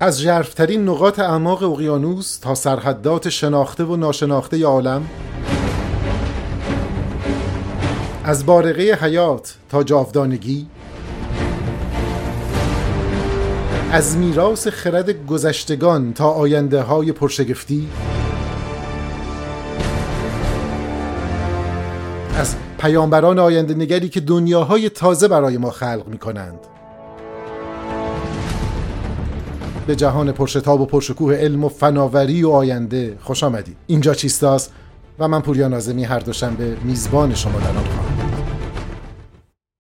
از ژرف‌ترین نقاط اعماق اقیانوس تا سرحدات شناخته و ناشناخته عالم، از بارقه حیات تا جاودانگی، از میراث خرد گذشتگان تا آینده های پرشگفتی، از پیامبران آینده نگری که دنیاهای تازه برای ما خلق می کنند. به جهان پرشتاب و پرشکوه علم و فناوری و آینده خوش آمدید. اینجا چیستاست و من پوریا ناظمی هر دوشنبه میزبان شما در آن خواهم